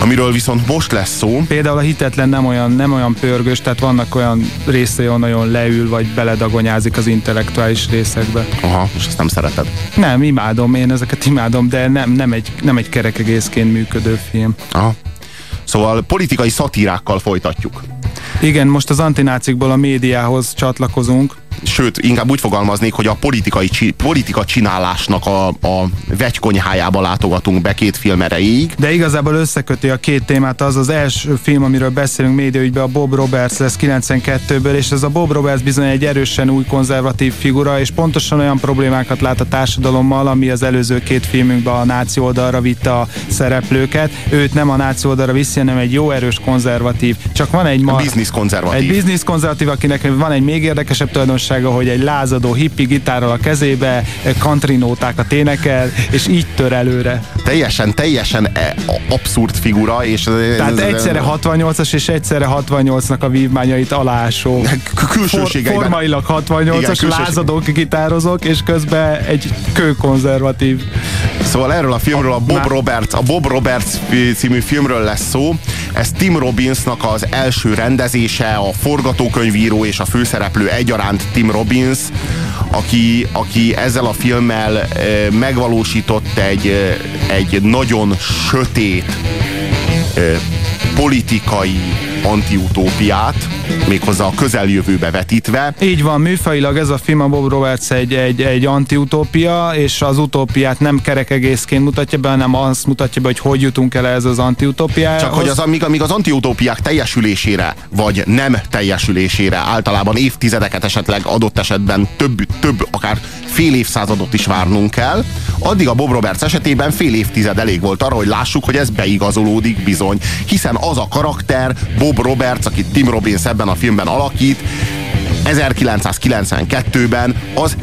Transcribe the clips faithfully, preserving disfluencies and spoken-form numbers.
Amiről viszont most lesz szó. Például a Hitetlen nem olyan, nem olyan pörgős, tehát vannak olyan részei, ahol nagyon leül, vagy beledagonyázik az intellektuális részekbe. Aha, és ezt nem szereted. Nem, imádom, én ezeket imádom, de nem, nem, egy, nem egy kerek egészként működő film. Aha. Szóval politikai szatírákkal folytatjuk. Igen, most az antinácikból a médiához csatlakozunk. Sőt, inkább úgy fogalmaznék, hogy a politikai, politika csinálásnak a, a vegykonyhájába látogatunk be két film erejéig. De igazából összeköti a két témát. Az az első film, amiről beszélünk médiaügyben, a Bob Roberts lesz kilencvenkettőből, és ez a Bob Roberts bizony egy erősen új konzervatív figura, és pontosan olyan problémákat lát a társadalommal, ami az előző két filmünkben a náci oldalra vitte a szereplőket. Őt nem a náci oldalra viszi, hanem egy jó erős konzervatív. Csak van egy mar... Business konzervatív. Egy business konzervatív, akinek van egy még érdekesebb tulajdonság, hogy egy lázadó hippi gitárral a kezébe, country nótákat énekel, és így tör előre. Teljesen, teljesen abszurd figura, és... Tehát egyszerre hatvannyolcas, és egyszerre hatvannyolcnak a vívmányait alásó. Külsőségeiben. Formailag hatvannyolcas, igen, lázadók gitározók, és közben egy kőkonzervatív. Szóval erről a filmről, a Bob Roberts, a Bob Roberts című filmről lesz szó. Ez Tim Robbinsnak az első rendezése, a forgatókönyvíró és a főszereplő egyaránt Tim Robbins, aki, aki ezzel a filmmel e, megvalósított egy, egy nagyon sötét e, politikai antiutópiát, méghozzá a közeljövőbe vetítve. Így van, műfajilag ez a film, a Bob Roberts egy, egy, egy antiutópia, és az utópiát nem kerek egészként mutatja be, hanem azt mutatja be, hogy hogy jutunk el ez az antiutópiához. Csak hogy az, amíg, amíg az antiutópiák teljesülésére, vagy nem teljesülésére általában évtizedeket, esetleg adott esetben több, több akár fél évszázadot is várnunk kell, addig a Bob Roberts esetében fél évtized elég volt arra, hogy lássuk, hogy ez beigazolódik bizony. Hiszen az a karakter, Bob Roberts, akit Tim Robbins ebben a filmben alakít, ezerkilencszázkilencvenkettőben az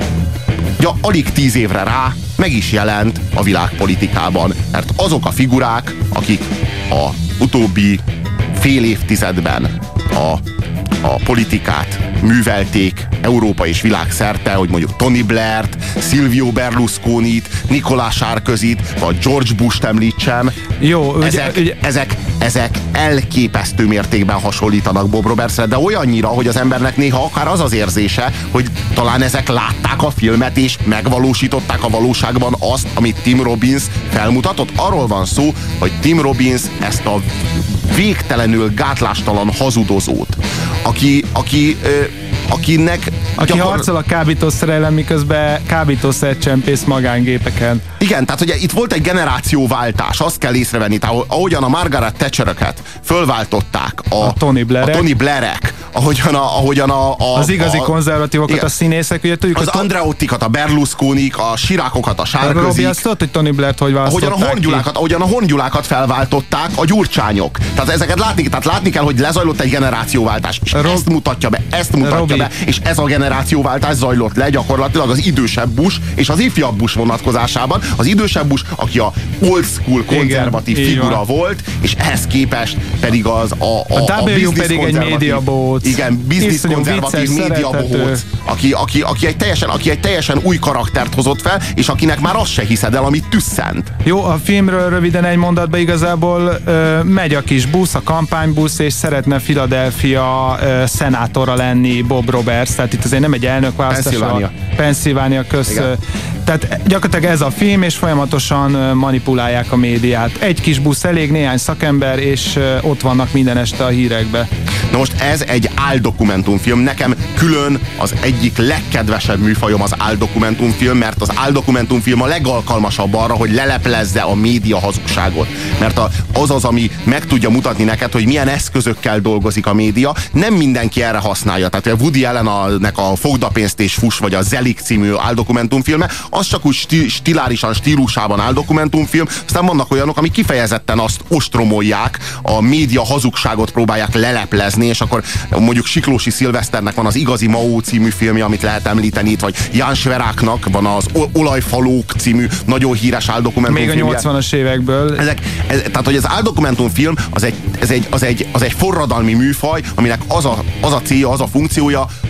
ja, alig tíz évre rá meg is jelent a világpolitikában. Mert azok a figurák, akik a utóbbi fél évtizedben a, a politikát művelték Európa és világszerte, hogy mondjuk Tony Blairt, Silvio Berlusconit, Nicolas Sarkozyt, vagy George Bush-t említsem. Jó, ezek, ugye, ugye... ezek, ezek elképesztő mértékben hasonlítanak Bob Robertsre, de olyannyira, hogy az embernek néha akár az az érzése, hogy talán ezek látták a filmet és megvalósították a valóságban azt, amit Tim Robbins felmutatott. Arról van szó, hogy Tim Robbins ezt a végtelenül gátlástalan hazudozót, aki, aki ö, akinek... Aki gyakor... harcol a kábítószer ellen, miközben kábítószer csempész magángépeken. Igen, tehát ugye itt volt egy generációváltás, azt kell észrevenni, tehát ahogyan a Margaret Thatcheröket fölváltották a, a Tony Blairek, a Tony Blairek ahogyan a, ahogyan a, a az igazi a, konzervatívokat, igen, a színészek, ugye tudjuk, az Andreottikat, a Berlusconik, a Sirákokat, a Sárközik. Robi, azt tudod, hogy Tony Blairt hogy választották ahogyan a hongyulákat, ki? ahogyan a hongyulákat felváltották a gyurcsányok. Tehát ezeket látni, tehát látni kell, hogy lezajlott egy generációváltás, és Rob... ezt mutatja be, ezt mutatja Robi. be, és ez a generációváltás zajlott le gyakorlatilag az idősebb Bush és az ifjabb Bush vonatkozásában. Az idősebb Bush, aki a old school konzervatív igen, figura volt, és ehhez képest pedig az a, a, a, a business pedig egy médiabóc. Igen, business konzervatív médiabóc, aki, aki, aki, egy teljesen, aki egy teljesen új karaktert hozott fel, és akinek már azt se hiszed el, amit tüsszent. Jó, a filmről röviden egy mondatban igazából ö, megy a kis busz, a kampánybusz, és szeretne Philadelphia ö, szenátora lenni Bob Roberts, tehát itt azért nem egy elnökválasztás. Pennsylvania. Pennsylvania köz. Igen. Tehát gyakorlatilag ez a film, és folyamatosan manipulálják a médiát. Egy kis busz elég, néhány szakember, és ott vannak minden este a hírekbe. Na most ez egy áldokumentumfilm. Nekem külön az egyik legkedvesebb műfajom az áldokumentumfilm, mert az áldokumentumfilm a legalkalmasabb arra, hogy leleplezze a média hazugságot. Mert az az, ami meg tudja mutatni neked, hogy milyen eszközökkel dolgozik a média. Nem mindenki erre használja. Tehát Woody Allen-nek a Fogdapénzt és fuss, vagy a Zelig című áldokumentumfilme, az csak úgy sti- stilárisan, stílusában áldokumentumfilm. Aztán vannak olyanok, amik kifejezetten azt ostromolják, a média hazugságot próbálják leleplezni, és akkor mondjuk Siklósi Szilveszternek van az Igazi Mao című filmje, amit lehet említeni itt, vagy Jan Sveráknak van az Olajfalók című nagyon híres áldokumentumfilmje. Még a nyolcvanas évekből. Ezek, ez, tehát, hogy az áldokumentumfilm az egy, ez egy, az, egy, az egy forradalmi műfaj, aminek az a, az a célja, az a funkciója,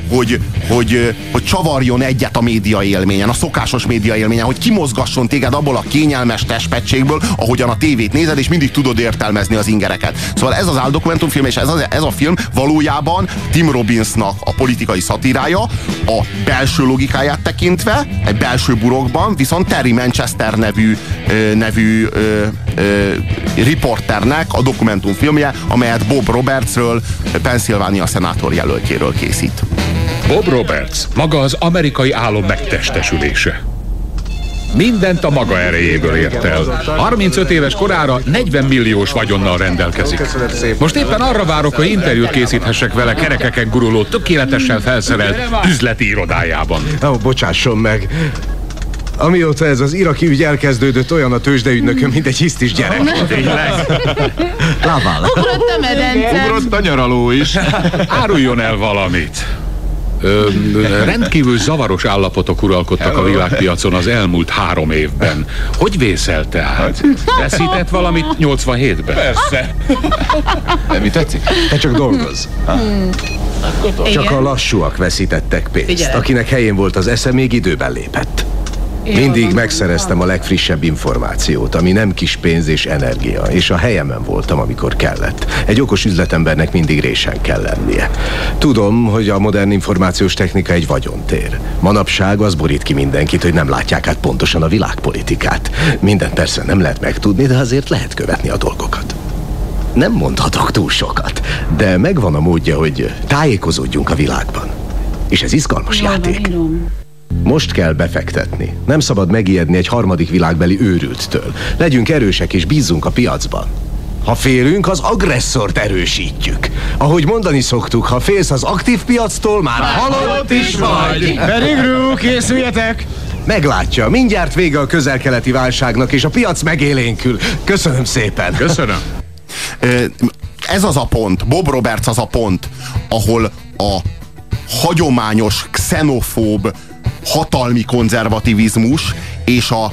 hogy, hogy, hogy csavarjon egyet a média élményen, a szokásos média élményen, hogy kimozgasson téged abból a kényelmes testpegységből, ahogyan a tévét nézed, és mindig tudod értelmezni az ingereket. Szóval ez az áldokumentumfilm, és ez a, ez a film valójában Tim Robbinsnak a politikai szatírája, a belső logikáját tekintve, egy belső burokban, viszont Terry Manchester nevű, nevű ö, ö, riporternek a dokumentumfilmje, amelyet Bob Robertsről, Pennsylvania szenátor jelöltjéről készít. Bob Roberts maga az amerikai álom megtestesülése. Mindent a maga erejéből ért el. harmincöt éves korára negyven milliós vagyonnal rendelkezik. Most éppen arra várok, hogy interjút készíthessek vele kerekeken guruló, tökéletesen felszerelt üzleti irodájában. Ó, oh, bocsásson meg. Amióta ez az iraki ügy elkezdődött, olyan a tőzsdeügynököm, mint egy hisztis gyerek. Tényleg? Lávála. Ugrott a medence. Ugrott a nyaraló is. Áruljon el valamit. Ö, rendkívül zavaros állapotok uralkodtak a világpiacon az elmúlt három évben. Hogy vészelte át? Veszített valamit nyolcvanhétben? Persze. De mi tetszik? Te csak dolgozz. Hmm. Csak a lassúak veszítettek pénzt. Figyelek. Akinek helyén volt az esze, még időben lépett. Mindig megszereztem a legfrissebb információt, ami nem kis pénz és energia, és a helyemen voltam, amikor kellett. Egy okos üzletembernek mindig résen kell lennie. Tudom, hogy a modern információs technika egy vagyontér. Manapság az borít ki mindenkit, hogy nem látják át pontosan a világpolitikát. Mindent persze nem lehet megtudni, de azért lehet követni a dolgokat. Nem mondhatok túl sokat, de megvan a módja, hogy tájékozódjunk a világban. És ez izgalmas játék. Most kell befektetni. Nem szabad megijedni egy harmadik világbeli őrülttől. Legyünk erősek és bízzunk a piacban. Ha félünk, az agresszort erősítjük. Ahogy mondani szoktuk, ha félsz az aktív piactól, már halott is vagy. Pettigrew, készüljetek! Meglátja, mindjárt vége a közel-keleti válságnak, és a piac megélénkül. Köszönöm szépen. Köszönöm. Ez az a pont, Bob Roberts az a pont, ahol a hagyományos, xenofób, hatalmi konzervativizmus és a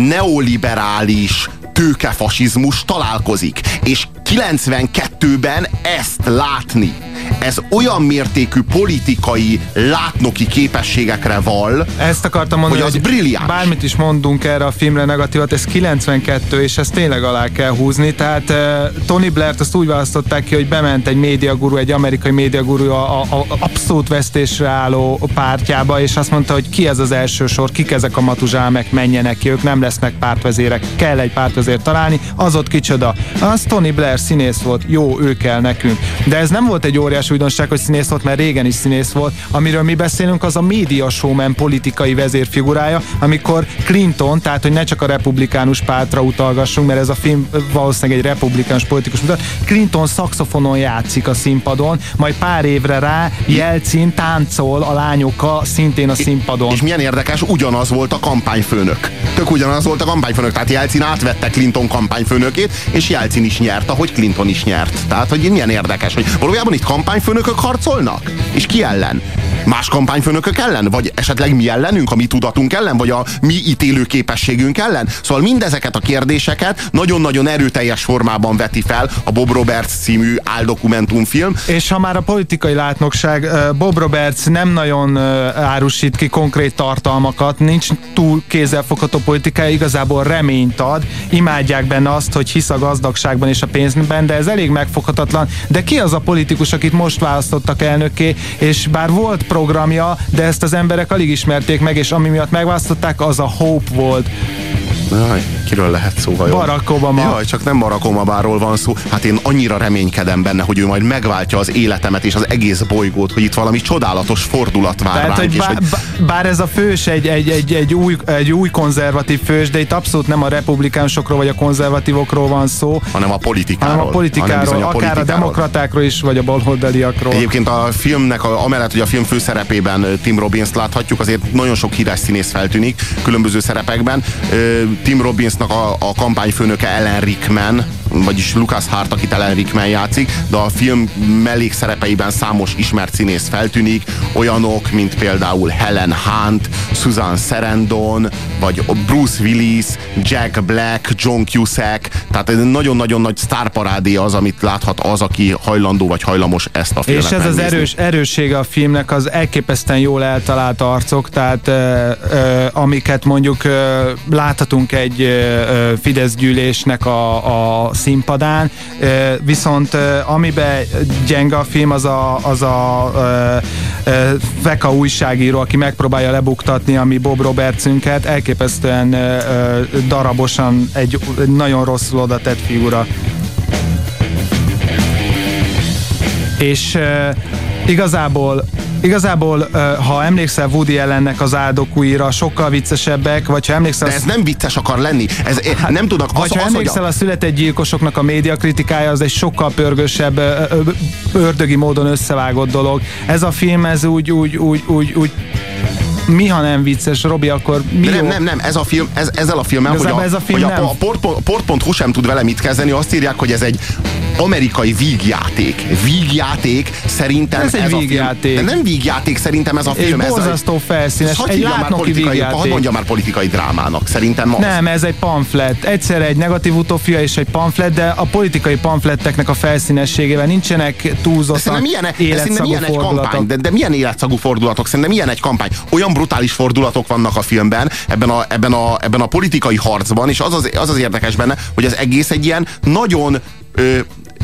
neoliberális tőkefasizmus találkozik. És kilencvenkettőben ezt látni, ez olyan mértékű politikai, látnoki képességekre val, ezt akartam mondani, hogy az brilliáns. Bármit is mondunk erre a filmre negatívat, ez kilencvenkettő, és ezt tényleg alá kell húzni. Tehát uh, Tony Blair-t azt úgy választották ki, hogy bement egy médiaguru, egy amerikai médiaguru a, a, a abszolút vesztésre álló pártjába, és azt mondta, hogy ki ez az első sor, kik ezek a matuzsámek, menjenek ki, ők nem lesznek pártvezérek, kell egy pártvezért találni, az ott kicsoda. Az Tony Blair színész volt, jó, ő kell nekünk. De ez nem volt egy óriási újdonság, hogy színész volt, mert régen is színész volt. Amiről mi beszélünk, az a média showman politikai vezérfigurája, amikor Clinton, tehát hogy ne csak a republikánus pártra utalgassunk, mert ez a film valószínűleg egy republikánus politikus mutat, Clinton szaxofonon játszik a színpadon, majd pár évre rá Jelcin táncol a lányokkal szintén a színpadon. És milyen érdekes, ugyanaz volt a kampányfőnök. Tök ugyanaz volt a kampányfőnök, tehát Jelcin átvette Clinton kampányfőnökét, és Jelcin is nyert, ahogy Clinton is nyert. Tehát, hogy milyen érdekes, hogy valójában itt kampányfőnökök harcolnak? És ki ellen? Más kampányfőnökök ellen? Vagy esetleg mi ellenünk, a mi tudatunk ellen? Vagy a mi ítélő képességünk ellen? Szóval mindezeket a kérdéseket nagyon-nagyon erőteljes formában veti fel a Bob Roberts című áldokumentumfilm. És ha már a politikai látnokság, Bob Roberts nem nagyon árusít ki konkrét tartalmakat, nincs túl kézzelfogható politikája, igazából reményt ad, imádják benne azt, hogy hisz a gazdagságban és a pénzben, de ez elég megfoghatatlan. De ki az a politikus, akit most választottak elnökké, és bár volt programja, de ezt az emberek alig ismerték meg, és ami miatt megválasztották, az a Hope volt. Jaj, kiről lehet szó vajon? Barack Obama. Jaj, csak nem Barack Obamáról van szó. Hát én annyira reménykedem benne, hogy ő majd megváltja az életemet és az egész bolygót, hogy itt valami csodálatos fordulat vár Tehát, ránk. hogy bá, hogy... bár ez a fős egy, egy, egy, egy, új, egy új konzervatív fős, de itt abszolút nem a republikánusokról vagy a konzervatívokról van szó, hanem a politikáról. hanem a politikáról, hanem a politikáról. Akár a demokratákról is, vagy a baloldaliakról. Egyébként a filmnek, a, amellett, hogy a film főszerepében Tim Robbins-t láthatjuk, azért nagyon sok híres színész feltűnik különböző szerepekben. Tim Robbinsnak a, a kampányfőnöke Alan Rickman, vagyis Lucas Hart, akit Alan Rickman játszik, de a film mellékszerepeiben számos ismert színész feltűnik, olyanok, mint például Helen Hunt, Susan Sarandon, vagy Bruce Willis, Jack Black, John Cusack, tehát egy nagyon-nagyon nagy sztárparádé az, amit láthat az, aki hajlandó vagy hajlamos ezt a filmet És ez megnézni. az erős, erőssége a filmnek, az elképesztően jól eltalált arcok, tehát ö, ö, amiket mondjuk ö, láthatunk egy ö, Fidesz gyűlésnek a, a színpadán, ö, viszont ö, amiben gyenge a film, az a, az a ö, ö, Veka újságíró, aki megpróbálja lebuktatni a mi Bob Robertsünket, elképesztően ö, ö, darabosan egy nagyon rosszul oda tett figura. És uh, igazából, igazából uh, ha emlékszel Woody Allennek az áldokúira, sokkal viccesebbek, vagy ha emlékszel... De ez nem vicces akar lenni. Ez, hát, nem tudnak... Az, vagy ha az, emlékszel a... a született gyilkosoknak a médiakritikája, az egy sokkal pörgősebb, ördögi módon összevágott dolog. Ez a film, ez úgy, úgy, úgy, úgy, úgy mi, ha nem vicces, Robi, akkor mi nem, jó? nem, nem, ez a film, ez, ezzel a filmmel, hogy a, ez a, film hogy a, nem. a port pont hu sem tud vele mit kezdeni, azt írják, hogy ez egy amerikai vígjáték. Vígjáték, szerintem ez, ez, ez a vígjáték. film. De nem vígjáték, szerintem ez a film. És borzasztó felszínes, egy látnoki vígjáték. Hadd mondja már politikai drámának, szerintem az. Nem, ez egy pamflet. Egyszerre egy negatív utópia és egy pamflet, de a politikai pamfletteknek a felszínességével nincsenek túlzottan életszagú egy kampány, de, de milyen életszagú fordulatok? Szerintem milyen egy kampány? Olyan brutális fordulatok vannak a filmben, ebben a, ebben a, ebben a politikai harcban, és az az, az az érdekes benne, hogy az egész egy ilyen nagyon ö,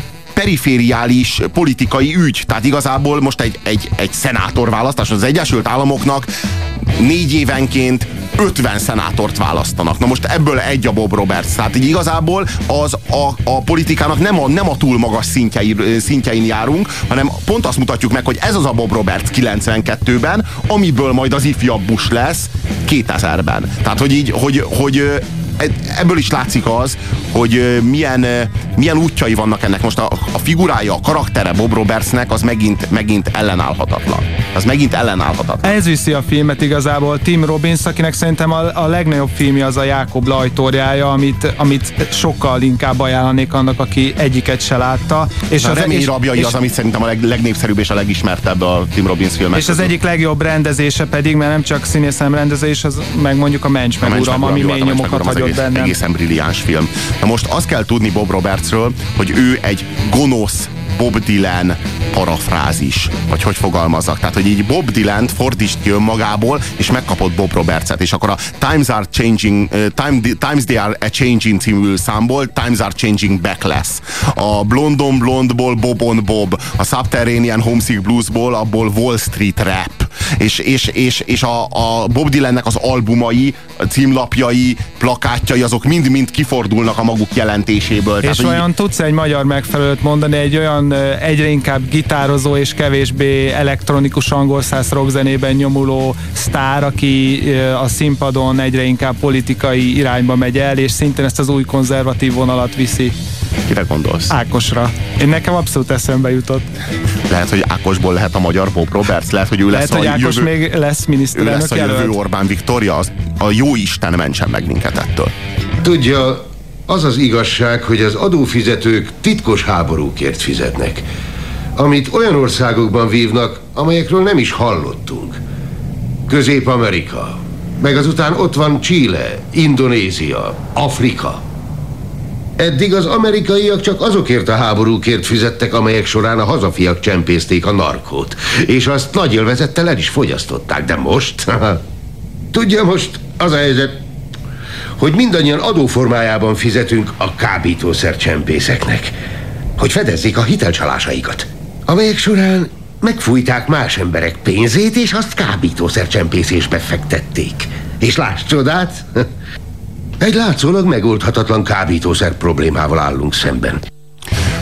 perifériális politikai ügy. Tehát igazából most egy, egy, egy szenátorválasztás az Egyesült Államoknak négy évenként ötven szenátort választanak. Na most ebből egy a Bob Roberts. Tehát így igazából az a, a politikának nem a, nem a túl magas szintjei, szintjein járunk, hanem pont azt mutatjuk meg, hogy ez az a Bob Roberts kilencvenkettőben, amiből majd az ifjabb Bush lesz kétezerben. Tehát, hogy így, hogy, hogy ebből is látszik az, hogy milyen, milyen útjai vannak ennek. Most a, a figurája, a karaktere Bob Robertsnek az megint, megint ellenállhatatlan. Az megint ellenállhatatlan. Ez viszi a filmet igazából. Tim Robbins, akinek szerintem a, a legnagyobb filmje az a Jákob lajtorjája, amit, amit sokkal inkább ajánlanék annak, aki egyiket se látta. És a az Remény és, rabjai és, az, amit szerintem a leg, legnépszerűbb és a legismertebb a Tim Robbins filmek. És az közül. Egyik legjobb rendezése pedig, mert nem csak színész, hanem rendezés, az meg mondjuk a Mencs meg Uram, ami mély nyomokat hagyott egész, bennem. Egészen brilliáns film. Na most azt kell tudni Bob Robertsről, hogy ő egy gonosz Bob Dylan parafrázis, vagy hogy fogalmazzak. Tehát, hogy így Bob Dylant fordítsd ki önmagából, és megkapott Bob Robertset, és akkor a Times are changing, uh, time, Times they are a changing című számból Times are changing back lesz. A Blondon Blondból Bobon Bob, a Subterranean Homesick Bluesból abból Wall Street Rap. És, és, és, és a, a Bob Dylannek az albumai, a címlapjai, plakátjai, azok mind-mind kifordulnak a maguk jelentéséből. És Tehát, olyan így... tudsz egy magyar megfelelőt mondani, egy olyan egyre inkább gitározó és kevésbé elektronikus angolszász rockzenében nyomuló sztár, aki a színpadon egyre inkább politikai irányba megy el, és szintén ezt az új konzervatív vonalat viszi. Kire gondolsz? Ákosra. Én nekem abszolút eszembe jutott. Lehet, hogy Ákosból lehet a magyar Bob Roberts, lehet, hogy ő lehet, lesz hogy a Ákos jövő, még lesz miniszterelnök ő lesz a jelölt. jövő Orbán Viktória, az, a jó Isten mentsen meg minket ettől. Tudja, az az igazság, hogy az adófizetők titkos háborúkért fizetnek, amit olyan országokban vívnak, amelyekről nem is hallottunk. Közép-Amerika, meg azután ott van Chile, Indonézia, Afrika. Eddig az amerikaiak csak azokért a háborúkért fizettek, amelyek során a hazafiak csempészték a narkót, és azt nagy élvezettel el is fogyasztották, de most... Tudja, most az a helyzet, hogy mindannyian adóformájában fizetünk a kábítószer csempészeknek, hogy fedezzék a hitelcsalásaikat, amelyek során megfújták más emberek pénzét, és azt kábítószer csempészésbe fektették. És láss csodát! Egy látszólag megoldhatatlan kábítószer problémával állunk szemben.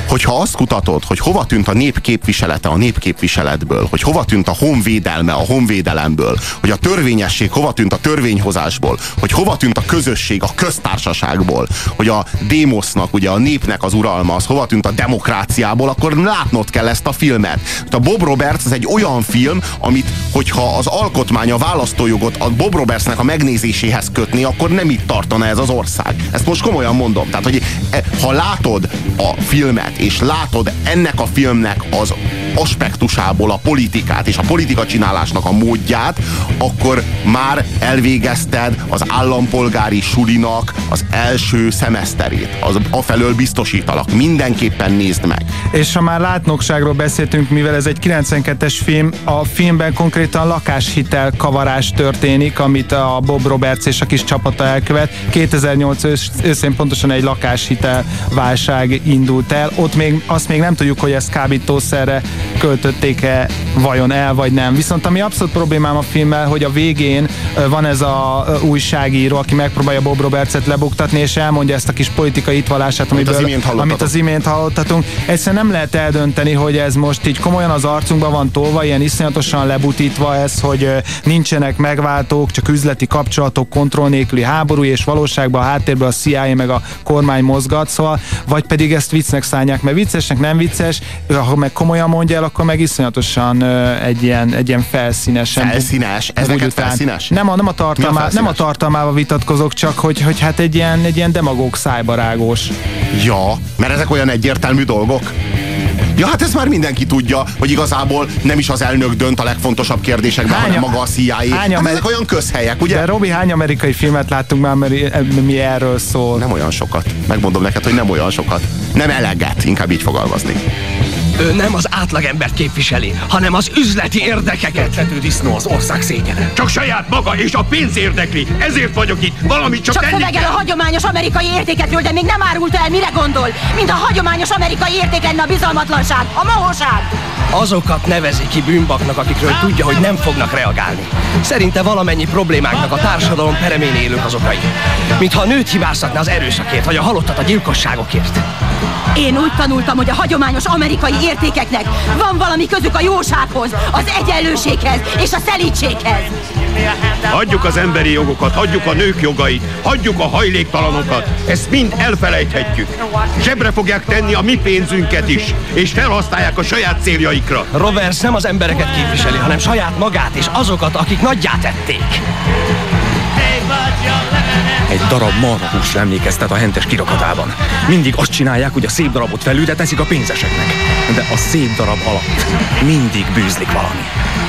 Hogyha azt kutatod, hogy hova tűnt a nép képviselete a népképviseletből, hogy hova tűnt a honvédelme a honvédelemből, hogy a törvényesség hova tűnt a törvényhozásból, hogy hova tűnt a közösség a köztársaságból, hogy a démosznak, ugye a népnek az uralma, az hova tűnt a demokráciából, akkor látnod kell ezt a filmet. A Bob Roberts az egy olyan film, amit, hogyha az alkotmány a választójogot a Bob Robertsnek a megnézéséhez kötni, akkor nem itt tartana ez az ország. Ezt most komolyan mondom. Tehát, hogy ha látod a filmet, és látod ennek a filmnek az aspektusából a politikát és a politika csinálásnak a módját, akkor már elvégezted az állampolgári sulinak az első szemeszterét. Az afelől biztosítalak. Mindenképpen nézd meg. És ha már látnokságról beszéltünk, mivel ez egy kilencvenkettes film, a filmben konkrétan lakáshitel kavarás történik, amit a Bob Roberts és a kis csapata elkövet. kétezer-nyolc őszén pontosan egy lakáshitel válság indult el. Ott még azt még nem tudjuk, hogy ezt kábítószerre költötték-e vajon el, vagy nem. Viszont ami abszolút problémám a filmmel, hogy a végén van ez a újságíró, aki megpróbálja Bob Robertset lebuktatni, és elmondja ezt a kis politikai hitvallását, amiből, az imént amit az imént hallottatunk. Egyszerűen nem lehet eldönteni, hogy ez most így komolyan az arcunkba van tolva, ilyen iszonyatosan lebutítva ez, hogy nincsenek megváltók, csak üzleti kapcsolatok, kontroll nélküli háború, és valóságban a háttérből a C I A meg a kormány mozgat, szóval, vagy pedig ezt viccnek szánják, mert viccesnek nem vicces, ha meg komolyan mondja el, akkor meg iszonyatosan egy ilyen, egy ilyen felszínesen. Felszínes? Ez neked felszínes? Nem a, nem a, tartalmá, nem a tartalmával vitatkozok, csak hogy, hogy hát egy ilyen, egy ilyen demagóg szájbarágós. Ja, mert ezek olyan egyértelmű dolgok. Ja, hát ezt már mindenki tudja, hogy igazából nem is az elnök dönt a legfontosabb kérdésekben, hány, hanem maga a C I A. Hát ameri- ezek olyan közhelyek, ugye? De Robi, hány amerikai filmet láttunk már, mert mi erről szól? Nem olyan sokat. Megmondom neked, hogy nem olyan sokat. Nem eleget, inkább így fogalmazni. Ő nem az átlagember képviseli, hanem az üzleti érdekeket. Vető disznó az ország szégyene. Csak saját maga és a pénz érdekli. Ezért vagyok itt. Valamit csak, csak tenni szövegel kell. a hagyományos amerikai értékekről, de még nem árulta el, mire gondol. Mint a hagyományos amerikai érték lenne a bizalmatlanság, a mohóság. Azokat nevezi ki bűnbaknak, akikről tudja, hogy nem fognak reagálni. Szerinte valamennyi problémáknak a társadalom peremén élők az okai. Mintha a nőt hibáztatna az erőszakért, vagy a halottat a gyilkosságokért. Én úgy tanultam, hogy a hagyományos amerikai értékeknek van valami közük a jósághoz, az egyenlőséghez és a szelídséghez. Hagyjuk az emberi jogokat, hagyjuk a nők jogait, hagyjuk a hajléktalanokat. Ezt mind elfelejthetjük. Zsebre fogják tenni a mi pénzünket is, és felhasználják a saját céljaikra. Roberts nem az embereket képviseli, hanem saját magát és azokat, akik nagyjá tették. Egy darab marhahúsra emlékeztet a hentes kirakatában. Mindig azt csinálják, hogy a szép darabot felül, de teszik a pénzeseknek. De a szép darab alatt mindig bűzlik valami.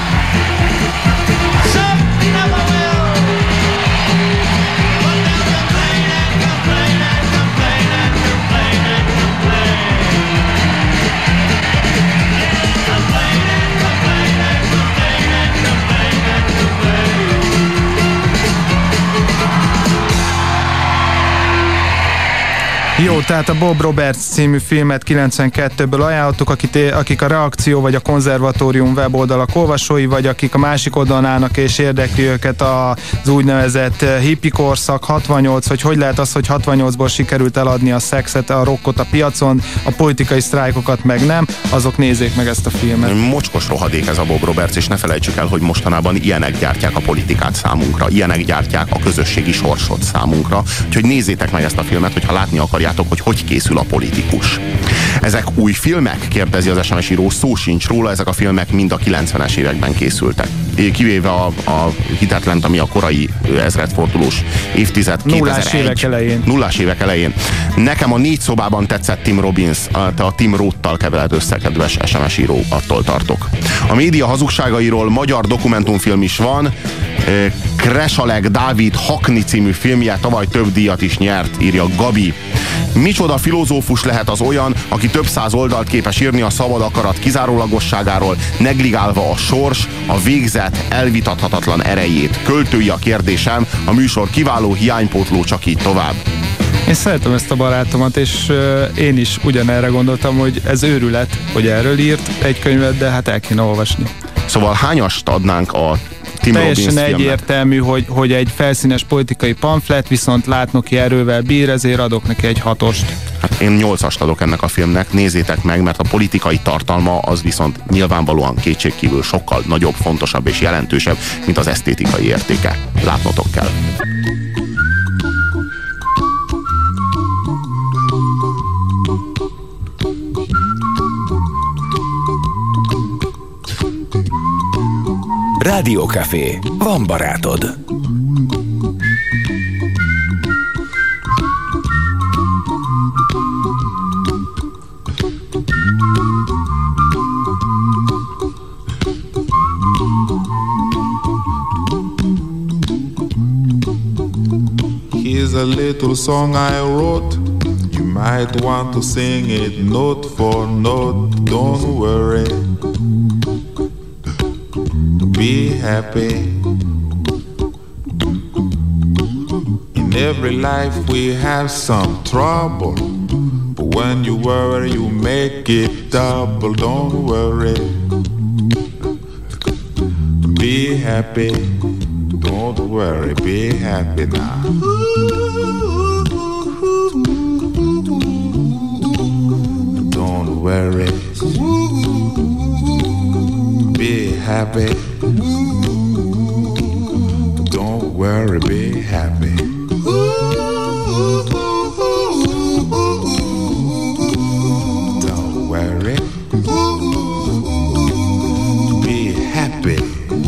Jó, tehát a Bob Roberts című filmet kilencvenkettőből ajánlottuk, akit, akik a Reakció vagy a Konzervatórium weboldalak olvasói, vagy akik a másik oldalon állnak és érdekli őket az úgynevezett hippi korszak, hatvannyolc, hogy hogy lehet az, hogy hatvannyolcból sikerült eladni a szexet, a rockot a piacon, a politikai sztrájkokat meg nem, azok nézzék meg ezt a filmet. Mocskos rohadék ez a Bob Roberts, és ne felejtsük el, hogy mostanában ilyenek gyártják a politikát számunkra, ilyenek gyártják a közösségi sorsot számunkra, úgyhogy nézzétek meg ezt a filmet, hogyha látni akarjátok, hogy hogy készül a politikus. Ezek új filmek? Kérdezi az es em es író, szó sincs róla, ezek a filmek mind a kilencvenes években készültek. Kivéve a, a hitetlent, ami a korai ezredfordulós évtized, Nullás évek elején. Nullás évek elején. Nekem a Négy szobában tetszett Tim Robbins, te a Tim Roth-tal keveled össze, kedves es em es író, attól tartok. A média hazugságairól magyar dokumentumfilm is van, Kresalek Dávid Hakni című filmje tavaly több díjat is nyert, írja Gabi. Micsoda filozófus lehet az olyan, aki több száz oldalt képes írni a szabad akarat kizárólagosságáról, negligálva a sors, a végzet elvitathatatlan erejét. Költői a kérdésem, a műsor kiváló hiánypótló, csak így tovább. Én szeretem ezt a barátomat, és uh, én is ugyanerre gondoltam, hogy ez őrület, hogy erről írt egy könyvet, de hát el kéne olvasni. Szóval hányast adnánk a Tim Teljesen egyértelmű, hogy, hogy egy felszínes politikai pamflet, viszont látnoki erővel bír, ezért adok neki egy hatost. Hát Én nyolcast adok ennek a filmnek, nézzétek meg, mert a politikai tartalma az viszont nyilvánvalóan kétségkívül sokkal nagyobb, fontosabb és jelentősebb, mint az esztétikai értéke. Látnotok kell. Rádiókafé. Van barátod. Here's a little song I wrote. You might want to sing it note for note. Don't worry. Be happy. In every life we have some trouble, but when you worry you make it double. Don't worry. Be happy. Don't worry. Be happy now. Don't worry. Be happy. Don't worry, be happy. Don't worry. Be happy.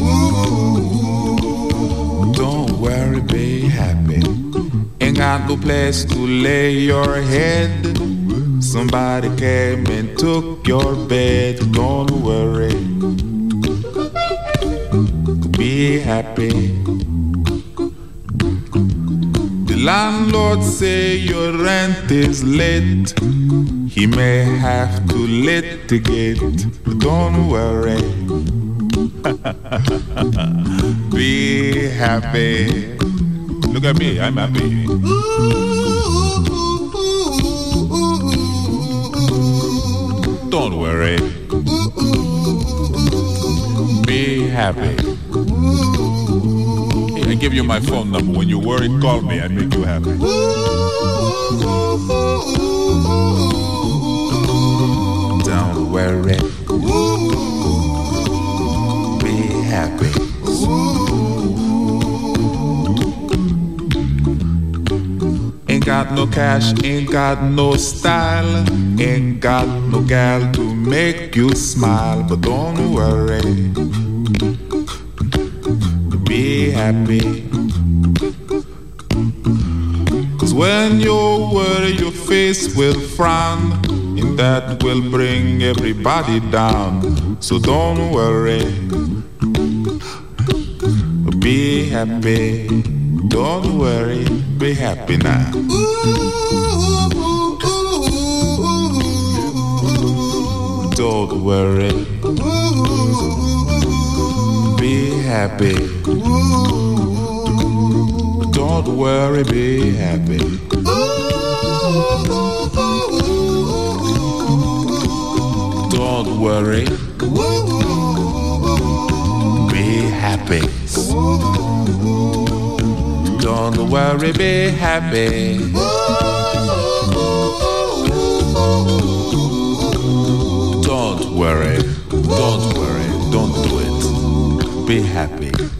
Don't worry, be happy. Ain't got no place to lay your head. Somebody came and took your bed. Don't worry. Be happy. The landlord say your rent is late. He may have to litigate. Don't worry. Be happy. Look at me, I'm happy. Don't worry. Be happy. I give you my phone number. When you worry, call me. I make you happy. Don't worry. Be happy. Ain't got no cash, ain't got no style, ain't got no gal to make you smile, but don't worry. Be happy. Cause when you worry your face will frown, and that will bring everybody down. So don't worry. Be happy. Don't worry. Be happy now. Don't worry. Be happy. Don't worry, be happy. Don't worry. Be happy. Don't worry, be happy. Don't worry. Don't worry. Don't do it. Be happy.